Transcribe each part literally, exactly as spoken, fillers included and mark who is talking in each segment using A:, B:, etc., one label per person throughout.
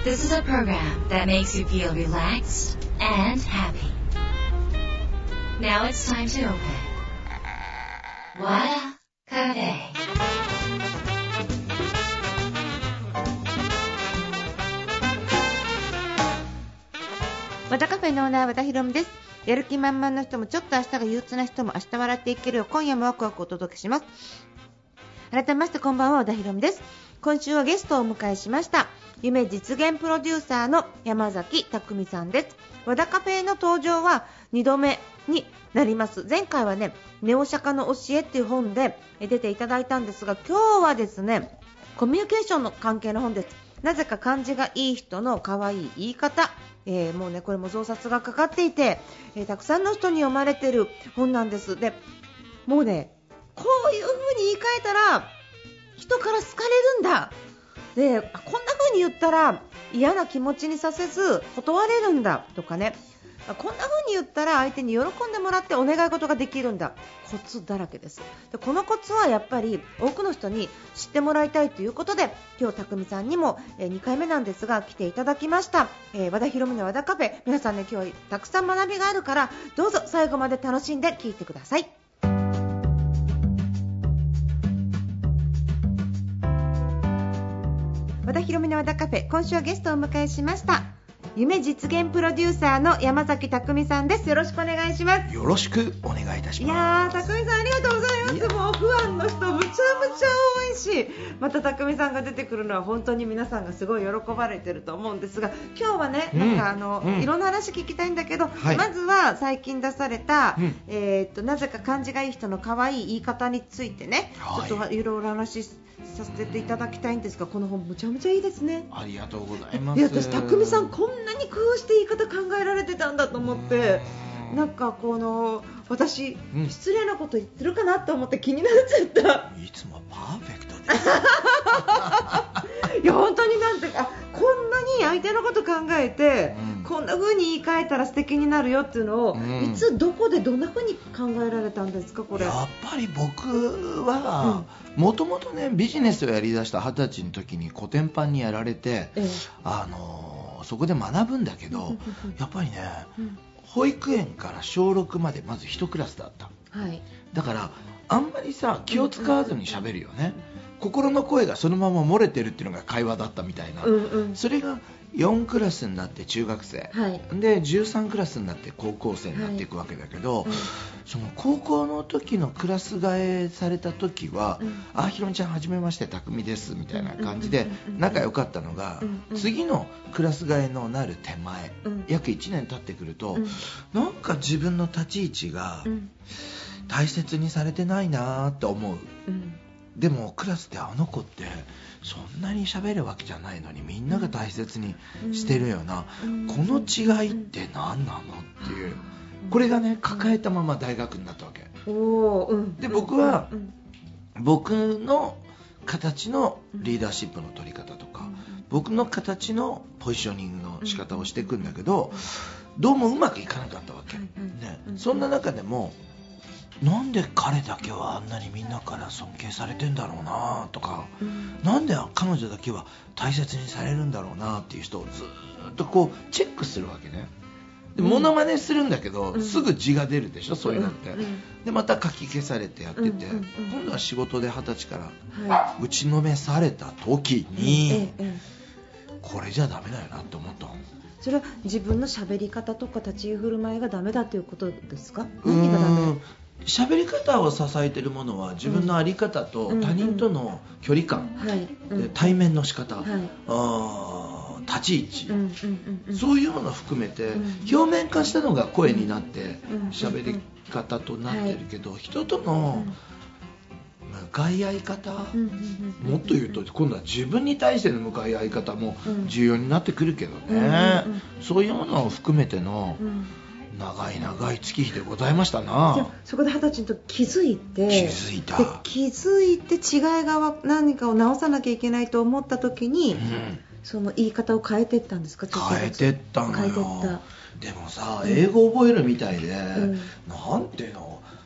A: This is a program that makes you feel relaxed and happy. Now it's time to open Wada Cafe.
B: 和田カフェのオーナー和田博美です。やる気満々の人もちょっと明日が憂鬱な人も明日笑っていけるよう今夜もワクワクお届けします。改めましてこんばんは、和田博美です。今週はゲストをお迎えしました。夢実現プロデューサーの山崎匠さんです。和田カフェの登場はにどめになります。前回はね、ネオ釈迦の教えっていう本で出ていただいたんですが、今日はですね、コミュニケーションの関係の本です。なぜか漢字がいい人の可愛い言い方、えー、もうねこれも増刷がかかっていて、えー、たくさんの人に読まれている本なんです。でもうね、こういう風に言い換えたら人から好かれるんだ、でこんな風に言ったら嫌な気持ちにさせず断れるんだとかね、こんな風に言ったら相手に喜んでもらってお願い事ができるんだ、コツだらけです。でこのコツはやっぱり多くの人に知ってもらいたいということで、今日匠さんにも、えー、にかいめなんですが来ていただきました。えー、和田博美の和田カフェ、皆さんね今日はたくさん学びがあるからどうぞ最後まで楽しんで聞いてください。和田博美の和田カフェ、今週はゲストをお迎えしました。夢実現プロデューサーの山崎匠さんです。よろしくお願いします。
C: よろしくお願いいたします。
B: いやー、匠さんありがとうございます。もうファンの人むちゃむちゃ多いし、また匠さんが出てくるのは本当に皆さんがすごい喜ばれてると思うんですが、今日はね、うん、なんかあの、うん、いろんな話聞きたいんだけど、はい、まずは最近出された、うん、えー、っとなぜか漢字がいい人の可愛い言い方についてね、はい、ちょっといろいろ話させていただきたいんですが、この本むちゃむちゃいいですね。
C: ありがとうございます。
B: いや私匠さんこんなに工夫して言い方考えられてたんだと思って、なんかこの私、うん、失礼なこと言ってるかなと思って気になっちゃった。
C: いつもパーフェクトです
B: いや本当になんてあこんなに相手のこと考えて、うん、こんな風に言い換えたら素敵になるよっていうのを、うん、いつどこでどんな風に考えられたんですかこれ。
C: やっぱり僕はもともとねビジネスをやりだしたはたちの時にコテンパンにやられて、ええ、あのそこで学ぶんだけどやっぱりね、うん、保育園からしょうろくまでまず一クラスだった、はい、だからあんまりさ気を使わずに喋るよね、心の声がそのまま漏れてるっていうのが会話だったみたいな、うんうん、それがよんクラスになって中学生、はい、でじゅうさんクラスになって高校生になっていくわけだけど、はい、うん、その高校の時のクラス替えされた時は、うん、あひろみちゃんはじめまして匠ですみたいな感じで仲良かったのが、うんうん、次のクラス替えのなる手前、うん、約いちねん経ってくると、うん、なんか自分の立ち位置が大切にされてないなって思う、うん、でもクラスであの子ってそんなに喋るわけじゃないのにみんなが大切にしてるような、うん、この違いって何なのっていう、これがね抱えたまま大学になったわけ、うん、で僕は、うん、僕の形のリーダーシップの取り方とか、うん、僕の形のポジショニングの仕方をしていくんだけど、どうもうまくいかなかったわけ、ね、そんな中でもなんで彼だけはあんなにみんなから尊敬されてんだろうなとか、うん、なんで彼女だけは大切にされるんだろうなっていう人をずっとこうチェックするわけね。でモノマネするんだけど、うん、すぐ字が出るでしょそういうのって、うんうん、でまた書き消されてやってて、うんうんうん、今度は仕事で二十歳から打ちのめされた時に、はい、これじゃダメだよなって思ったの。
B: それは自分の喋り方とか立ち居振る舞いがダメだということですか？何がダメ？
C: 喋り方を支えているものは自分の在り方と他人との距離感、うんうん、対面の仕方、はい、あ立ち位置、うんうんうん、そういうものを含めて、うん、表面化したのが声になって喋り方となってるけど、人との向かい合い方、もっと言うと今度は自分に対しての向かい合い方も重要になってくるけどね、うんうんうん、そういうものを含めての、うん長い長い月日でございましたな。
B: そこで二十歳の時気づいて
C: 気づいた
B: で気づいて違いが何かを直さなきゃいけないと思った時に、うん、その言い方を変えていったんですか？
C: 変えてったのよ。変えてった。でもさ、英語覚えるみたいで、うん、なんていうの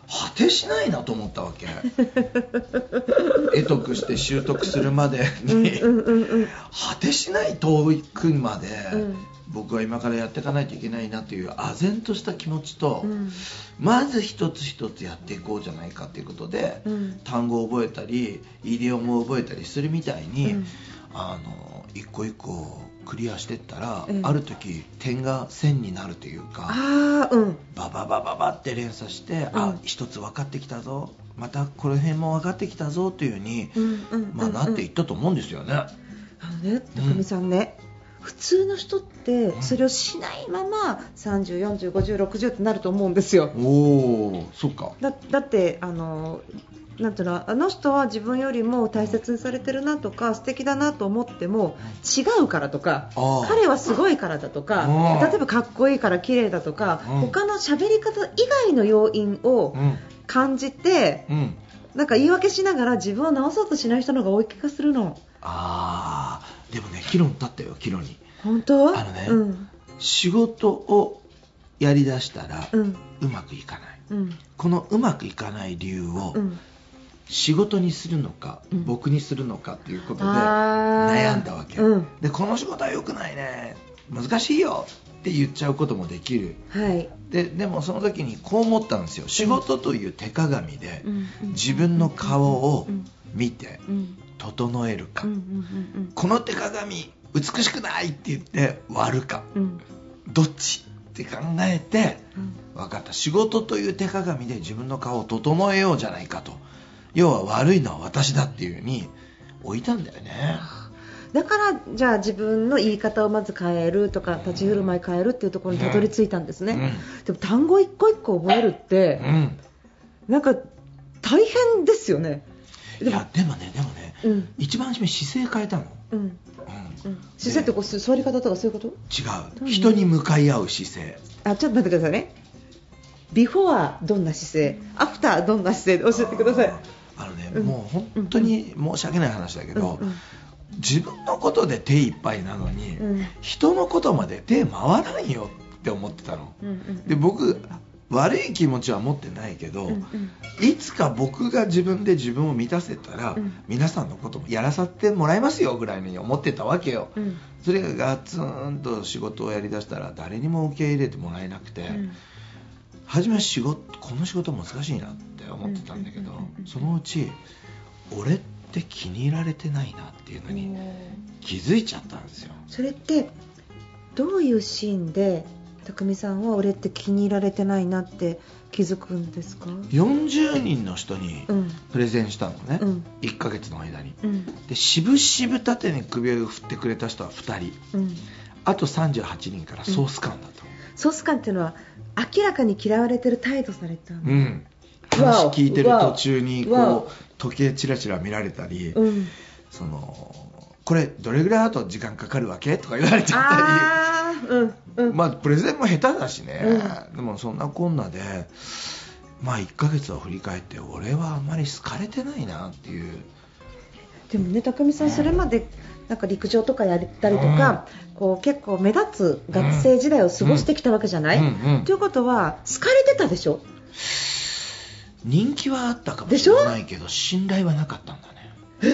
C: 果てしないなと思ったわけ得得して習得するまでに
B: うんうんうんうん、
C: 果てしない遠くまで、うん、僕は今からやっていかないといけないなという唖然とした気持ちと、うん、まず一つ一つやっていこうじゃないかということで、うん、単語を覚えたりイディオムを覚えたりするみたいに、うん、あの一個一個クリアしていったら、うん、ある時点が線になるというか、
B: あ、うん、
C: バババババって連鎖して、うん、あ、一つ分かってきたぞ、またこの辺も分かってきたぞという風に、うんうんうんうん、まあ、なっていったと思うんですよね。
B: あのね、高見さんね、うん、普通の人ってそれをしないままさんじゅう、よんじゅう、ごじゅう、ろくじゅうってなると思うんですよ。
C: おー、そっか。
B: だ、だってあのなんていうの、あの人は自分よりも大切にされてるなとか素敵だなと思っても違うからとか、彼はすごいからだとか、例えばかっこいいから綺麗だとか、うん、他の喋り方以外の要因を感じて、うん、なんか言い訳しながら自分を直そうとしない人の方が多い気がするの。
C: あー、でもね、議論立ったよ、議論に。
B: 本当？
C: あのね、うん、仕事をやりだしたら、うん、うまくいかない、うん、このうまくいかない理由を、うん、仕事にするのか、うん、僕にするのかっていうことで悩んだわけ、うん、でこの仕事は良くないね、難しいよって言っちゃうこともできる、はい、で, でもその時にこう思ったんですよ。仕事という手鏡で自分の顔を見て整えるか、この手鏡美しくないって言って割るか、うん、どっちって考えて、うん、分かった、仕事という手鏡で自分の顔を整えようじゃないかと、要は悪いのは私だっていう風に置いたんだよね。
B: だからじゃあ自分の言い方をまず変えるとか立ち振る舞い変えるっていうところにたどり着いたんですね、うん、でも単語一個一個覚えるって、うん、なんか大変ですよね。
C: いやでもねでもね、うん、一番初め姿勢変えたの、うんうん、
B: 姿勢ってこう座り方とかそういうこと？
C: 違う、人に向かい合う姿勢。
B: あ、ちょっと待ってくださいね。ビフォーどんな姿勢、アフターどんな姿勢で教えてください。
C: あのね、うん、もう本当に申し訳ない話だけど、うんうん、自分のことで手いっぱいなのに、うん、人のことまで手回らんよって思ってたの、うんうん、で僕悪い気持ちは持ってないけど、うんうん、いつか僕が自分で自分を満たせたら、うん、皆さんのこともやらさせてもらいますよぐらいに思ってたわけよ、うん、それがガツンと仕事をやりだしたら誰にも受け入れてもらえなくて、うん、初めは仕事この仕事難しいなって思ってたんだけど、そのうち俺って気に入られてないなっていうのに気づいちゃったんですよ。
B: それってどういうシーンで匠さんは俺って気に入られてないなって気づくんですか？
C: よんじゅうにんの人にプレゼンしたのね、うん、いっかげつの間に、うん、で渋々縦に首を振ってくれた人はふたり、うん、あとさんじゅうはちにんからソース感だと、うん、
B: ソース感っていうのは明らかに嫌われてる態度されたの、
C: うん、話聞いてる途中にこう時計チラチラ見られたり、うん、そのこれどれぐらいあと時間かかるわけとか言われちゃったり、うんうん、まあプレゼンも下手だしね、うん、でもそんなこんなでまあいっかげつを振り返って俺はあんまり好かれてないなっていう。
B: でもね、匠さんそれまでなんか陸上とかやったりとか、うん、こう結構目立つ学生時代を過ごしてきたわけじゃない、うんうんうん、ということは好かれてたでしょ？
C: 人気はあったかもしれないけど信頼はなかったんだね。え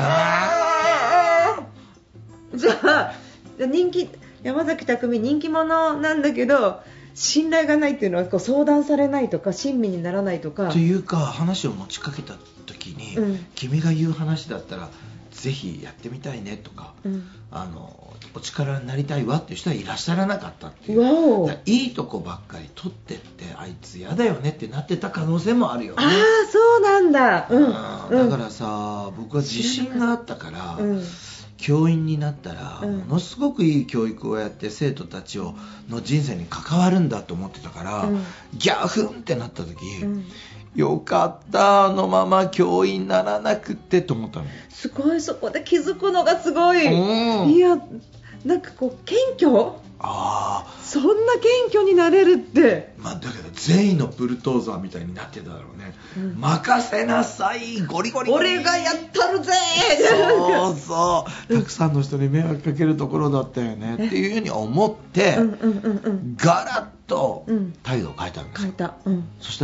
B: ー、じゃあ人気山崎匠人気者なんだけど信頼がないっていうのはこう相談されないとか親身にならないとか
C: というか話を持ちかけた時に、うん、君が言う話だったらぜひやってみたいねとか、うん、あのお力になりたいわっていう人はいらっしゃらなかったっていう。いいとこばっかり取ってってあいつやだよねってなってた可能性もあるよね。
B: ああそうなんだ、うん、
C: だからさ、うん、僕は自信があったから、うん、教員になったら、うん、ものすごくいい教育をやって生徒たちをの人生に関わるんだと思ってたから、うん、ギャフンってなった時、うん、よかったあのまま教員にならなくってと思ったの。
B: すごい、そこで気づくのがすごい、うん、いやなんかこう謙虚、あそんな謙虚になれるって、
C: まあ、だけど善意のブルトーザーみたいになってただろうね、うん、任せなさいゴリゴリ
B: 俺がやったるぜ
C: そうそうたくさんの人に迷惑かけるところだったよねっていうふうに思って、うんうんうんうん、ガラッと態度を変えたんですよ、
B: 変えた、うん、
C: そしたら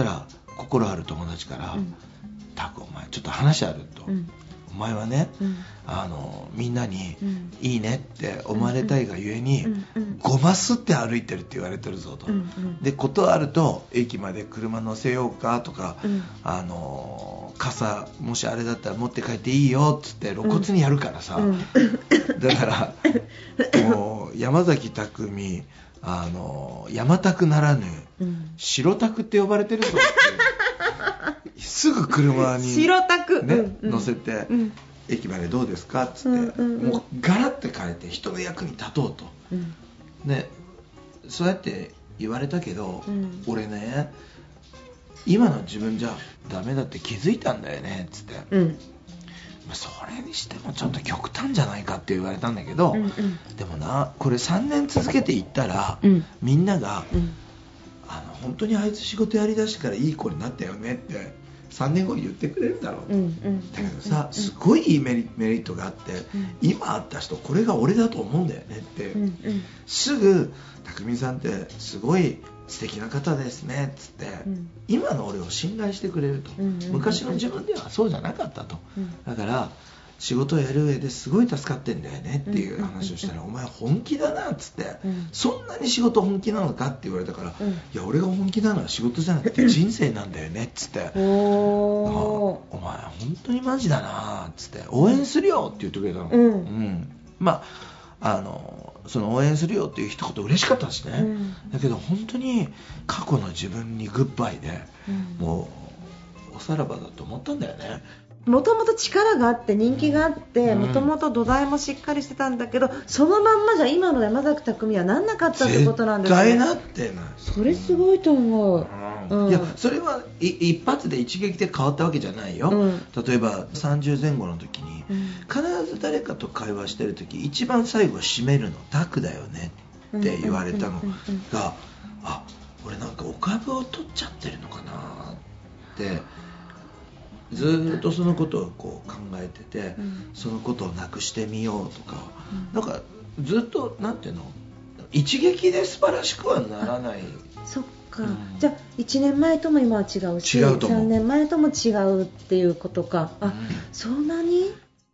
C: 心ある友達から
B: うん
C: 「タクお前ちょっと話ある」と、
B: うん
C: お前はね、
B: うん
C: あのみんなに
B: うん
C: いいねって思われたいがゆえに、
B: うんうん
C: ごますって歩いてるって言われてるぞと、
B: うんうん
C: でことあると駅まで車乗せようかとか、
B: うん
C: あの傘もしあれだったら持って帰っていいよっつって露骨にやるからさ、
B: うん
C: だからもう山崎匠あの山拓ならぬ
B: うん
C: 白拓って呼ばれてるぞってすぐ車に、
B: 白タク、
C: ね
B: うんうん
C: 乗せて、
B: うん
C: 駅までどうですかっつって、
B: うんうんうん
C: もうガラッて変えて人の役に立とうと、
B: うん
C: ね、そうやって言われたけど、
B: うん
C: 俺ね今の自分じゃダメだって気づいたんだよねっつって、
B: うん
C: まあそれにしてもちょっと極端じゃないかって言われたんだけど、
B: うんうん
C: でもなこれさんねん続けていったら、
B: うん
C: みんなが、
B: うん
C: あの本当にあいつ仕事やりだしてからいい子になったよねってさんねんごに言ってくれるだろう、
B: うんうん
C: だけどさすごいいいメリメリットがあって、
B: うん
C: 今会った人これが俺だと思うんだよねって、
B: うんうん
C: すぐ匠さんってすごい素敵な方ですねっつって、
B: うん
C: 今の俺を信頼してくれると、
B: うんうんうん
C: 昔の自分ではそうじゃなかったと、
B: うん
C: だから仕事をやる上ですごい助かってんだよねっていう話をしたら、お前本気だなっつって、
B: うん
C: そんなに仕事本気なのかって言われたから、
B: うん
C: いや俺が本気なのは仕事じゃなくて人生なんだよねっつって、
B: お
C: あ
B: お
C: お前本当にマジだなっつって応援するよって言ってくれたの、
B: うん
C: まああのその応援するよっていう一言嬉しかったしね、
B: うん
C: だけど本当に過去の自分にグッバイで、
B: うん
C: もうおさらばだと思ったんだよね。
B: もともと力があって人気があって
C: うん
B: もともと土台もしっかりしてたんだけどそのまんまじゃ今の山崎匠はなんなかったってことなんですね。
C: 絶対なってない。
B: それすごいと思う、うん
C: いやそれはい一発で一撃で変わったわけじゃないよ、
B: うん
C: 例えばさんじゅう前後の時に、
B: うん
C: 必ず誰かと会話してる時一番最後締めるのタクだよねって言われたの
B: うんうんうんうん
C: が、あ俺なんかお株を取っちゃってるのかなってずーっとそのことをこう考えてて、
B: うん
C: そのことをなくしてみようとか、
B: うん
C: なんかずっとなんていうの一撃で素晴らしくはならない
B: そっか、
C: うん
B: じゃあいちねんまえとも今は違うし
C: 違うと思う
B: さんねんまえとも違うっていうことか。あ、
C: うん
B: そんなに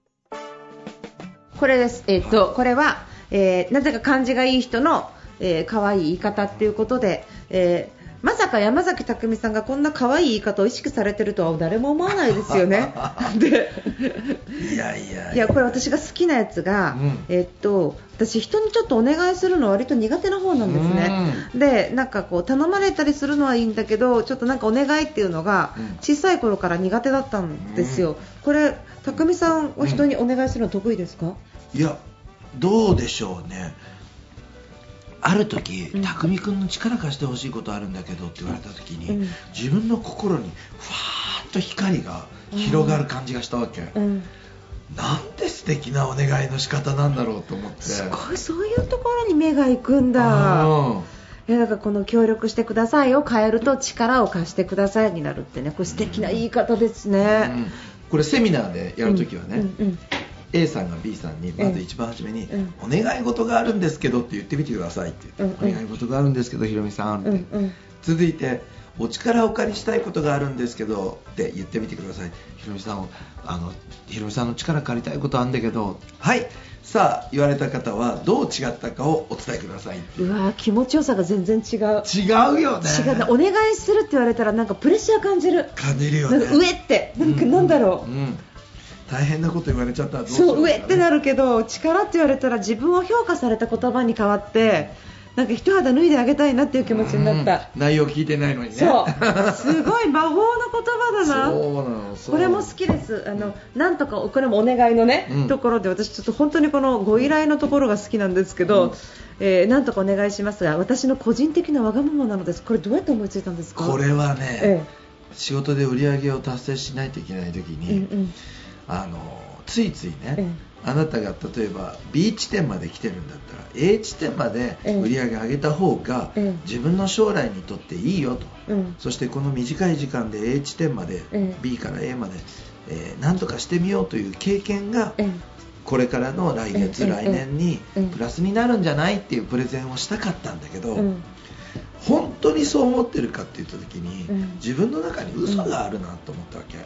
B: これです、えーっとこれは、えーなぜか感じがいい人の、えー、可愛い言い方っていうことで、えーまさか山崎匠さんがこんな可愛い言い方を意識されてるとは誰も思わないですよねで
C: いやいや
B: いやこれ私が好きなやつが、
C: うん
B: えっと私人にちょっとお願いするの割と苦手な方なんですね、でなんかこう頼まれたりするのはいいんだけどちょっとなんかお願いっていうのが
C: うん
B: 小さい頃から苦手だったんですよ、これ匠さんは人にお願いするの得意ですか？
C: いやどうでしょうね。ある時、
B: うん
C: 匠君の力貸してほしいことあるんだけどって言われた時に、
B: うん
C: 自分の心にふわーっと光が広がる感じがしたわけ、
B: うん、
C: なんて素敵なお願いの仕方なんだろうと思って。
B: すごいそういうところに目が行くんだ。
C: あ
B: いやだからこの協力してくださいを変えると力を貸してくださいになるってねこれ素敵な言い方です
C: ー
B: ね。
C: うんこれセミナーでやるときはね、
B: うんうん
C: A さんが B さんにまず一番初めに、
B: うん
C: お願い事があるんですけどって言ってみてくださいって言って、
B: うんうん
C: お願い事があるんですけどひろみさんって、
B: うんうん
C: 続いてお力をお借りしたいことがあるんですけどって言ってみてください。ひろみさんをあのひろみさんの力借りたいことあるんだけど、はいさあ言われた方はどう違ったかをお伝えください。
B: うわー気持ちよさが全然違う。
C: 違うよね。
B: 違うなお願いするって言われたらなんかプレッシャー感じる。
C: 感じるよね。
B: なんか上ってなんかなんだろう、
C: うんうん大変なこと言われちゃったらどうしよ
B: そう
C: うかね
B: 上ってなるけど力って言われたら自分を評価された言葉に変わってなんか一肌脱いであげたいなっていう気持ちになった。
C: うん内容聞いてないのにね。
B: そうすごい魔法の言葉だな。
C: そうなのそう
B: これも好きです。あのなんとかこれもお願いのね、
C: うん
B: ところで私ちょっと本当にこのご依頼のところが好きなんですけど、
C: うん
B: えーなんとかお願いしますが私の個人的なわがままなのです。これどうやって思いついたんですか？
C: これはね、
B: え
C: 仕事で売り上げを達成しないといけない時
B: え
C: に、
B: うんうん
C: あのついついね、
B: ええ
C: あなたが例えば B 地点まで来てるんだったら A 地点まで
B: ええ
C: 売り上げ上げた方が
B: ええ
C: 自分の将来にとっていいよと、
B: うん
C: そしてこの短い時間で A 地点まで、
B: ええ
C: B から A まで、えー何とかしてみようという経験が
B: ええ
C: これからの来月、
B: ええ
C: 来年に
B: ええ
C: プラスになるんじゃないっていうプレゼンをしたかったんだけど、
B: うん
C: 本当にそう思ってるかって言った時に、うん、自分の中に嘘があるなと思ったわけ、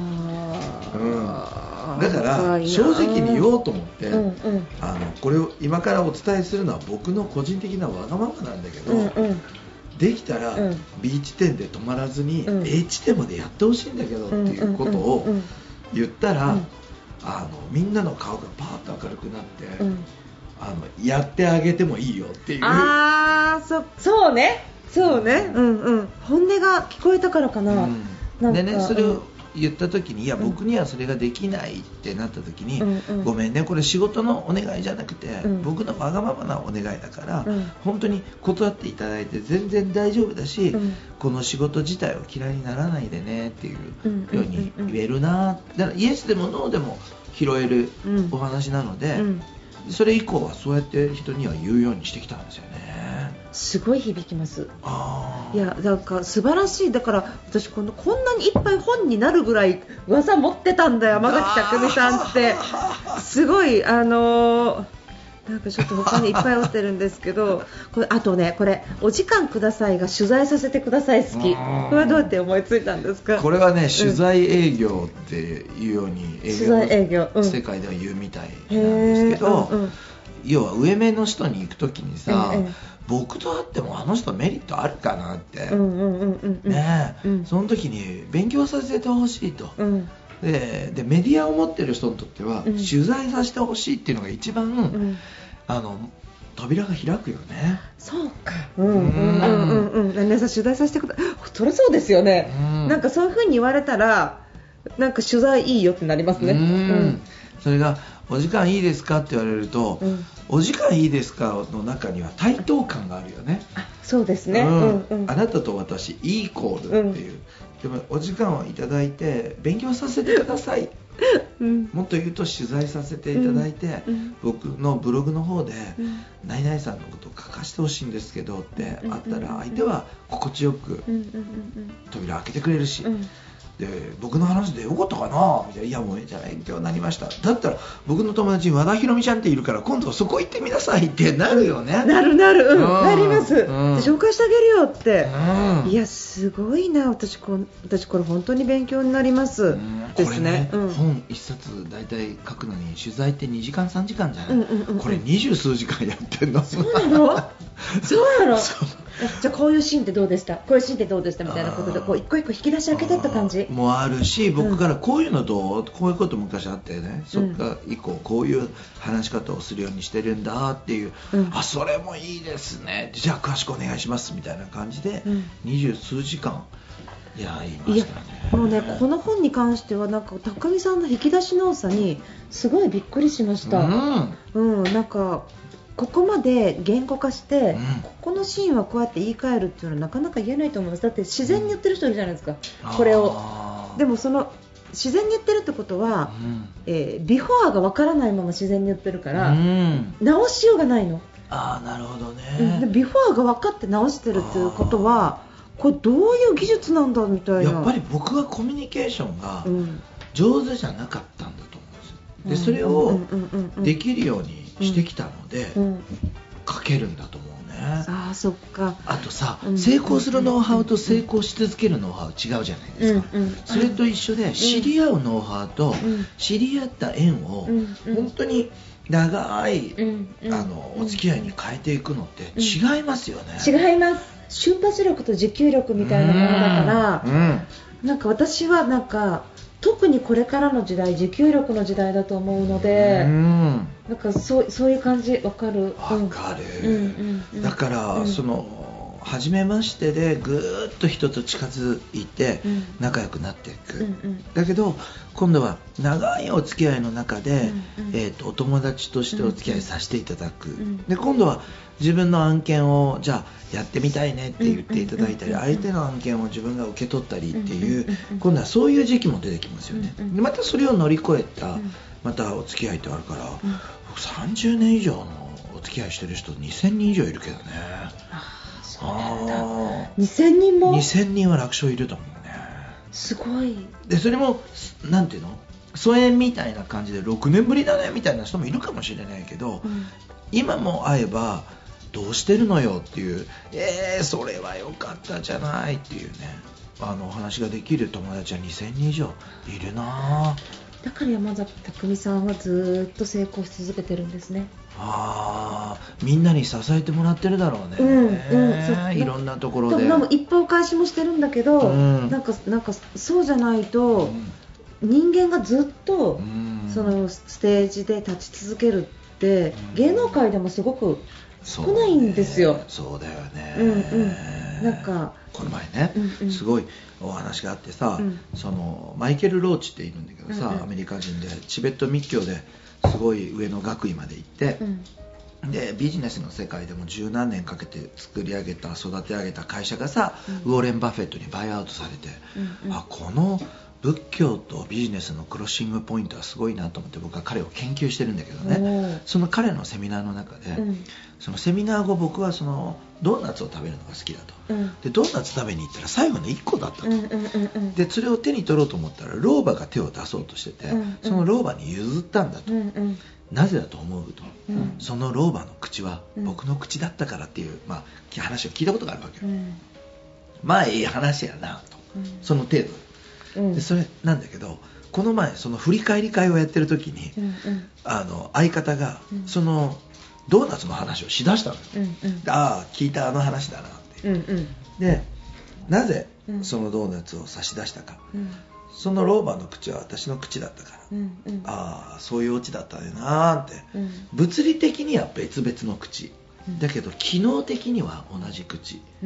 C: うん、だから正直に言おうと思って、うんうん、あのこれを今からお伝えするのは僕の個人的なわがままなんだけど、うんうん、できたら B 地点で止まらずに、うん、A 地点までやってほしいんだけどっていうことを言ったら、うんうんうん、あのみんなの顔がパーッと明るくなって、うん、あのやってあげてもいいよっていう。
B: あー そ, そうねそうね、うんうん、本音が聞こえたからかな、うん、なんか
C: でねそれを言った時に、いや僕にはそれができないってなった時に、うんうん、ごめんねこれ仕事のお願いじゃなくて、うん、僕のわがままなお願いだから、うん、本当に断っていただいて全然大丈夫だし、うん、この仕事自体を嫌いにならないでねっていうように言えるな、だからイエスでもノーでも拾えるお話なので、うん、それ以降はそうやって人には言うようにしてきたんですよね。
B: すごい響きます。あいやなんか素晴らしい。だから私このこんなにいっぱい本になるぐらい技持ってたんだよ山崎匠さんって。すごいあのー、なんかちょっと他にいっぱい持ってるんですけどこれあとねこれお時間くださいが取材させてください好き。これはどうやって思いついたんですか。
C: これはね取材営業っていうように営業の世界では言うみたいなんですけど、うんうん、要は上目の人に行くときにさ、うんうん、僕と会ってもあの人メリットあるかなって、ねえ、うん、その時に勉強させてほしいと、うん、で, でメディアを持ってる人にとっては、うん、取材させてほしいっていうのが一番、うん、あの扉が開くよね。
B: そうか、うんうんうんうん、皆さん取材させてください。そりゃそうですよね、うん、なんかそういう風に言われたらなんか取材いいよってなりますね。うん、うん、
C: それがお時間いいですかって言われると、うん、お時間いいですかの中には対等感があるよね。
B: あそうですね、
C: うんうんうん、あなたと私イコールっていう、うん、でもお時間をいただいて勉強させてください、うん、もっと言うと取材させていただいて、うん、僕のブログの方で、うん、何々さんのことを書かせてほしいんですけどってあったら相手は心地よく扉を開けてくれるし、うんで僕の話でよかったかなみたいな、いやもうじゃあ勉強になりました。だったら僕の友達に和田博美ちゃんっているから今度そこ行ってみなさいってなるよね。
B: なるなる、うん、なります、うん、紹介してあげるよって、うん、いやすごいな。私こ私これ本当に勉強になります、うん、ですね。
C: これね、うん、本一冊だいたい書くのに取材ってにじかんさんじかんじゃない、うんうんうん、これ二十数時間やってんの。
B: そうなのそうなのじゃあこういうシーンってどうでした、こういうシーンってどうでしたみたいなことでこう一個一個引き出し開けてった感じ
C: もあるし、僕からこういうのどう、こういうこと昔あってね、そっから以降こういう話し方をするようにしてるんだっていう、うん、あそれもいいですね、じゃあ詳しくお願いしますみたいな感じで二十、うん、数時間いや言いましたね。
B: いやもうねこの本に関してはなんか匠さんの引き出しの多さにすごいびっくりしました。うん、うん、なんかここまで言語化して、うん、ここのシーンはこうやって言い換えるっていうのはなかなか言えないと思います。だって自然に言ってる人いるじゃないですか、うん、これを。でもその自然に言ってるってことは、うん、えー、ビフォーがわからないまま自然に言ってるから、うん、直しようがないの。
C: あーなるほどね、
B: うん、でビフォーが分かって直してるっていうことはこれどういう技術なんだみたいな。
C: やっぱり僕はコミュニケーションが上手じゃなかったんだと思うんですよ。でそれをできるようにしてきたので、うんうん、書けるんだと思うね。
B: あ, そっか。
C: あとさ、うん、成功するノウハウと成功し続けるノウハウ違うじゃないですか、うんうん、それと一緒で知り合うノウハウと知り合った縁を本当に長い、うんうん、あのお付き合いに変えていくのって違いますよね、
B: うん、違います。瞬発力と持久力みたいなものだから、うん、なんか私はなんか特にこれからの時代持久力の時代だと思うので、うん、なんかそう、そういう感じ。わかる
C: わかる、うんうんうん、だから、うん、その初めましてでぐーっと人と近づいて仲良くなっていく、うんうん、だけど今度は長いお付き合いの中で、うんうん、えーと、お友達としてお付き合いさせていただく、うんうん、で今度は自分の案件をじゃあやってみたいねって言っていただいたり、相手の案件を自分が受け取ったりっていう、今度はそういう時期も出てきますよね。でまたそれを乗り越えたまたお付き合いってあるから、僕さんじゅうねん以上のお付き合いしてる人にせんにん以上いるけどね。
B: あ、そうなんだ。にせんにんも
C: にせんにんは楽勝いると思うね。
B: すごい。
C: でそれもなんていうの、疎遠みたいな感じでろくねんぶりだねみたいな人もいるかもしれないけど、うん、今も会えばどうしてるのよっていう、えー、それは良かったじゃないっていうね、あのお話ができる友達はにせんにん以上いるな。
B: だから山崎匠さんはずっと成功し続けてるんですね。
C: あー、みんなに支えてもらってるだろうね、
B: うんうん、
C: いろんなところで。
B: でも一方返しもしてるんだけど、うん、なんかなんかそうじゃないと、うん、人間がずっと、うん、そのステージで立ち続けるって、うん、芸能界でもすごく少ないんですよ。
C: そうだよね、
B: うんうん、なんか
C: この前ね、うんうん、すごいお話があってさ、うん、そのマイケル・ローチっているんだけどさ、うんうん、アメリカ人でチベット密教ですごい上の学位まで行って、うん、でビジネスの世界でも十何年かけて作り上げた育て上げた会社がさ、うん、ウォーレン・バフェットにバイアウトされて、うんうん、あ、この仏教とビジネスのクロッシングポイントはすごいなと思って僕は彼を研究してるんだけどね、その彼のセミナーの中で、うん、そのセミナー後僕はそのドーナツを食べるのが好きだと、うん、でドーナツ食べに行ったら最後のいっこだったと、うんうんうんうん、でそれを手に取ろうと思ったら老婆が手を出そうとしてて、うんうん、その老婆に譲ったんだと、うんうん、なぜだと思うと、うん、その老婆の口は僕の口だったからっていう、まあ、話を聞いたことがあるわけよ、うん、まあいい話やなと、うん、その程度うん、でそれなんだけど、この前その振り返り会をやってる時に、うんうん、あの相方がそのドーナツの話をしだしたのよ、うんうん、ああ聞いたあの話だなって、うんうん、でなぜそのドーナツを差し出したか、うん、その老婆の口は私の口だったから、うんうん、ああそういうオチだったよなって、うん、物理的には別々の口だけど機能的には同じ口、うん、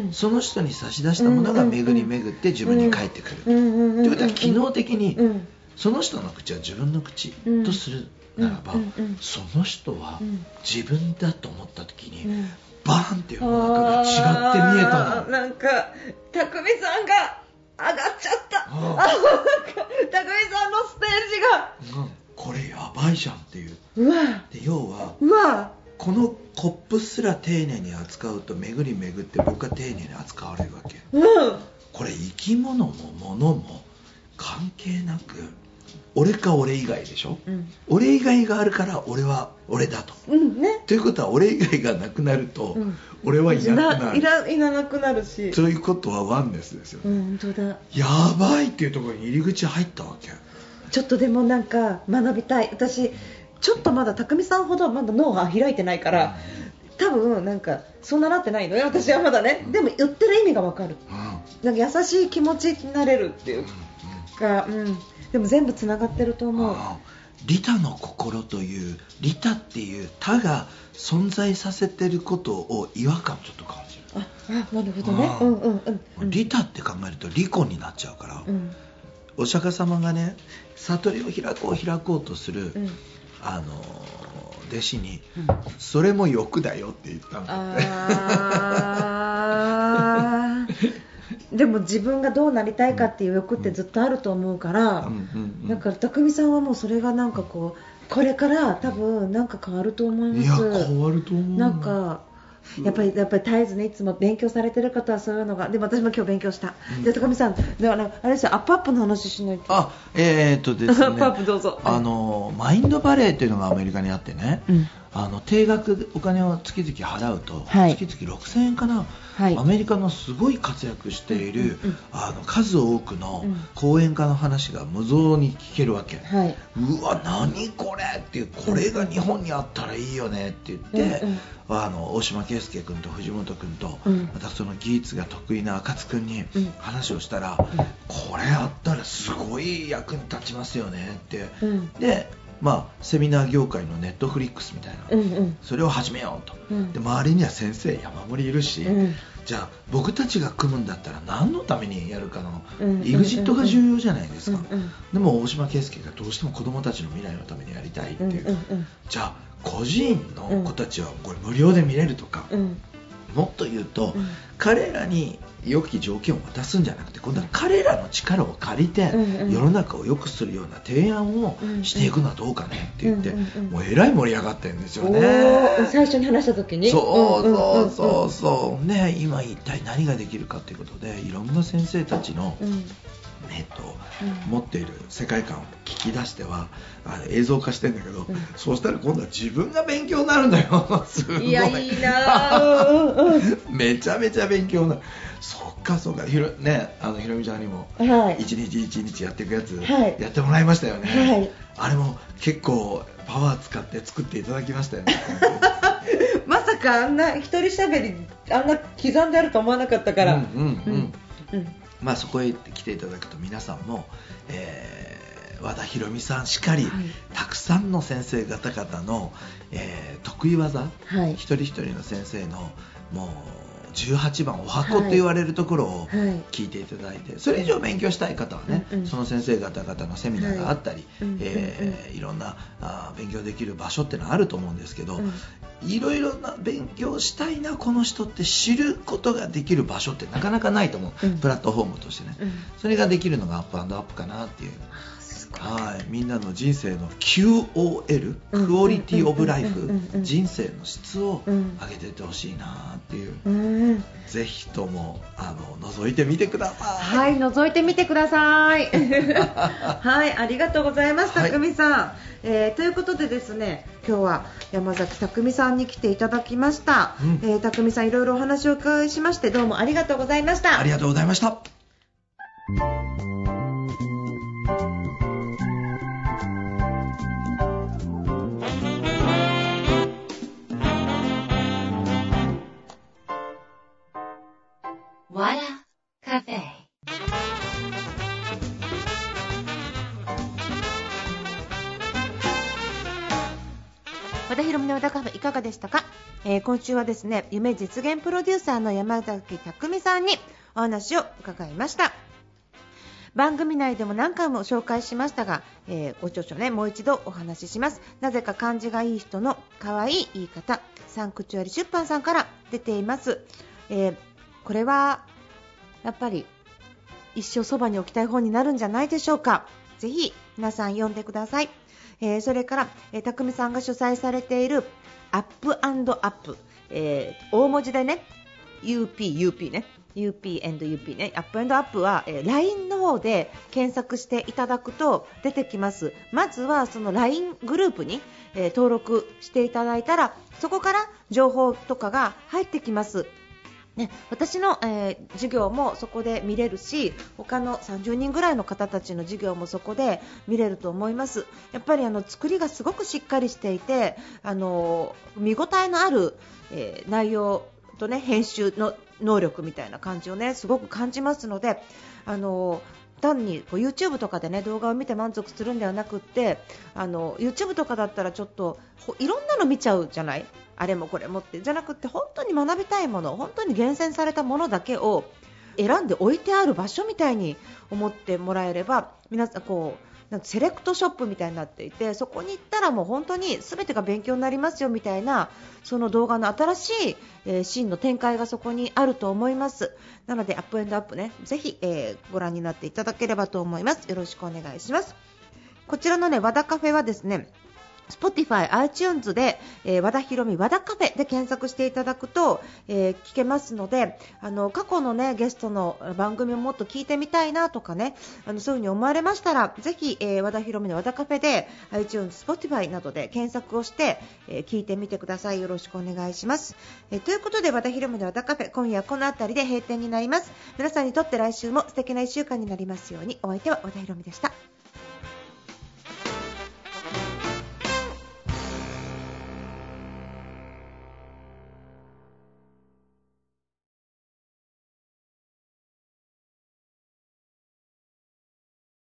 C: その人に差し出したものが巡り巡って自分に返ってくるということは、機能的にその人の口は自分の口とするならば、その人は自分だと思った時にバーンっていう世の中が違って見えたの。
B: なんか匠さんが上がっちゃった、匠さんのステージが、
C: うん、これやばいじゃんっていう。
B: うわ
C: で要は
B: うわ
C: このコップすら丁寧に扱うと巡り巡って僕は丁寧に扱われるわけ、うん、これ生き物も物も関係なく俺か俺以外でしょ、うん、俺以外があるから俺は俺だと、うんね、ということは俺以外がなくなると、うん、俺はいなくなる、
B: いら、いらなくなるし、
C: そういうことはワンネスですよね、
B: うん、本当だ。
C: やばいっていうところに入り口入ったわけ。
B: ちょっとでもなんか学びたい。私ちょっとまだ匠さんほどまだ脳が開いてないから、多分なんかそう習ってないのよ私はまだね、うん、でも言ってる意味が分かる、うん、なんか優しい気持ちになれるっていうか、うんうん、でも全部つながってると思う。
C: 利他の心という利他っていう他が存在させてることを違和感ちょっと感じる。
B: ああ、なるほどね、うんうんうん、
C: 利他って考えると利己になっちゃうから、うん、お釈迦様がね悟りを開こう開こうとする、うんあの弟子に、うん、それも欲だよって言ったんだって。
B: あでも自分がどうなりたいかっていう欲ってずっとあると思うから、うんうんうん、だから匠さんはもうそれがなんかこうこれから多分なんか変わると思います。
C: いや変わると思う。
B: なんかやっぱりやっぱり絶えずねいつも勉強されてる方はそういうのが、でも私も今日勉強した、うん、で高見さんではあれですよ、アップアップの話しないと。
C: あえー、っとですね
B: アップアップどうぞ。
C: あのマインドバレーっていうのがアメリカにあってね、うん、あの定額お金を月々払うと、はい、月々ろくせんえんかな、はい、アメリカのすごい活躍している、うんうん、あの数多くの講演家の話が無造に聞けるわけ、はい、うわ何これっていう、これが日本にあったらいいよねって言って、うんうん、あの大島圭介君と藤本君と、うん、またその技術が得意な赤津君に話をしたら、うん、これあったらすごい役に立ちますよねって、うん、でまあ、セミナー業界のネットフリックスみたいな、うんうん、それを始めようと、うん、で周りには先生山盛りいるし、うん、じゃあ僕たちが組むんだったら何のためにやるかの、うん、エグジットが重要じゃないですか、うんうん、でも大島圭介がどうしても子どもたちの未来のためにやりたいっていう、うんうん、じゃあ個人の子たちはこれ無料で見れるとか、うん、もっと言うと、うん、彼らに良き条件を渡すんじゃなくて、今度は彼らの力を借りて、うんうん、世の中を良くするような提案をしていくのはどうかねって言って、うんうんうん、もうえらい盛り上がってるんですよね。
B: 最初に話した時に
C: そうそうそうそう、ね、今一体何ができるかということでいろんな先生たちの、うん、 えっと、うん、持っている世界観を聞き出してはあの映像化してんだけど、うん、そうしたら今度は自分が勉強になるんだよ。すごい。
B: いやいいな
C: めちゃめちゃ勉強になる。そっかそっか、ひろ、ね、あのひろみちゃんにも一日一日やっていくやつやってもらいましたよね、はい、あれも結構パワー使って作っていただきましたよね。
B: まさかあんな一人喋りあんな刻んであると思わなかったから。うんうんうん
C: うん、まあ、そこへ来ていただくと皆さんも、えー、和田ひろみさんしかり、はい、たくさんの先生方々の、えー、得意技、はい、一人一人の先生のもうじゅうはちばんお箱と言われるところを聞いていただいて、それ以上勉強したい方はね、その先生方々のセミナーがあったり、えー、いろんなあ勉強できる場所ってのはあると思うんですけど、いろいろな勉強したいなこの人って知ることができる場所ってなかなかないと思う、プラットフォームとしてね、それができるのがアップアンドアップかなっていう。はい、みんなの人生の キューオーエル、クオリティオブライフ、人生の質を上げていってほしいなっていう、うん、ぜひともあの覗いてみてください。
B: はい、覗いてみてください。はい、ありがとうございます、たくみさん、はい、えー、ということでですね、今日は山崎たくみさんに来ていただきました。うん、えー、たくみさんいろいろお話をお伺いしましてどうもありがとうございました。
C: ありがとうございました。
B: 和田ひろみの和田カフェいかがでしたか。えー、今週はですね、夢実現プロデューサーの山崎たくみさんにお話を伺いました。番組内でも何回も紹介しましたが、えー、ご著書ね、もう一度お話しします。なぜか漢字がいい人の可愛い言い方、サンクチュアリ出版さんから出ています。えー、これはやっぱり一生そばに置きたい本になるんじゃないでしょうか。ぜひ皆さん読んでください。えー、それから、えー、たくみさんが主催されているアップアンドアップ、えー、大文字でね ユーピー、ユーピー ね ユーピー ユーピー ね、アップアンドアップは、えー、ライン の方で検索していただくと出てきます。まずはその ライン グループに、えー、登録していただいたらそこから情報とかが入ってきますね、私の、えー、授業もそこで見れるし、他のさんじゅうにんぐらいの方たちの授業もそこで見れると思います。やっぱりあの作りがすごくしっかりしていて、あの見応えのある、えー、内容と、ね、編集の能力みたいな感じを、ね、すごく感じますので、あの単にこう YouTube とかで、ね、動画を見て満足するんではなくって、あの YouTube とかだったらちょっといろんなの見ちゃうじゃない、あれもこれもってじゃなくて、本当に学びたいもの、本当に厳選されたものだけを選んで置いてある場所みたいに思ってもらえれば、皆さんこうなんかセレクトショップみたいになっていて、そこに行ったらもう本当に全てが勉強になりますよみたいな、その動画の新しい、えー、シーンの展開がそこにあると思います。なのでアップエンドアップね、ぜひ、えー、ご覧になっていただければと思います。よろしくお願いします。こちらのね、和田カフェはですね、Spotify、iTunes で、えー、和田ひろみ和田カフェで検索していただくと、えー、聞けますので、あの過去の、ね、ゲストの番組をもっと聞いてみたいなとかね、あのそういう風に思われましたら、ぜひ、えー、和田ひろみの和田カフェで iTunes、Spotify などで検索をして、えー、聞いてみてください。よろしくお願いします。えー、ということで和田ひろみの和田カフェ、今夜はこの辺りで閉店になります。皆さんにとって来週も素敵ないっしゅうかんになりますように。お相手は和田ひろみでした。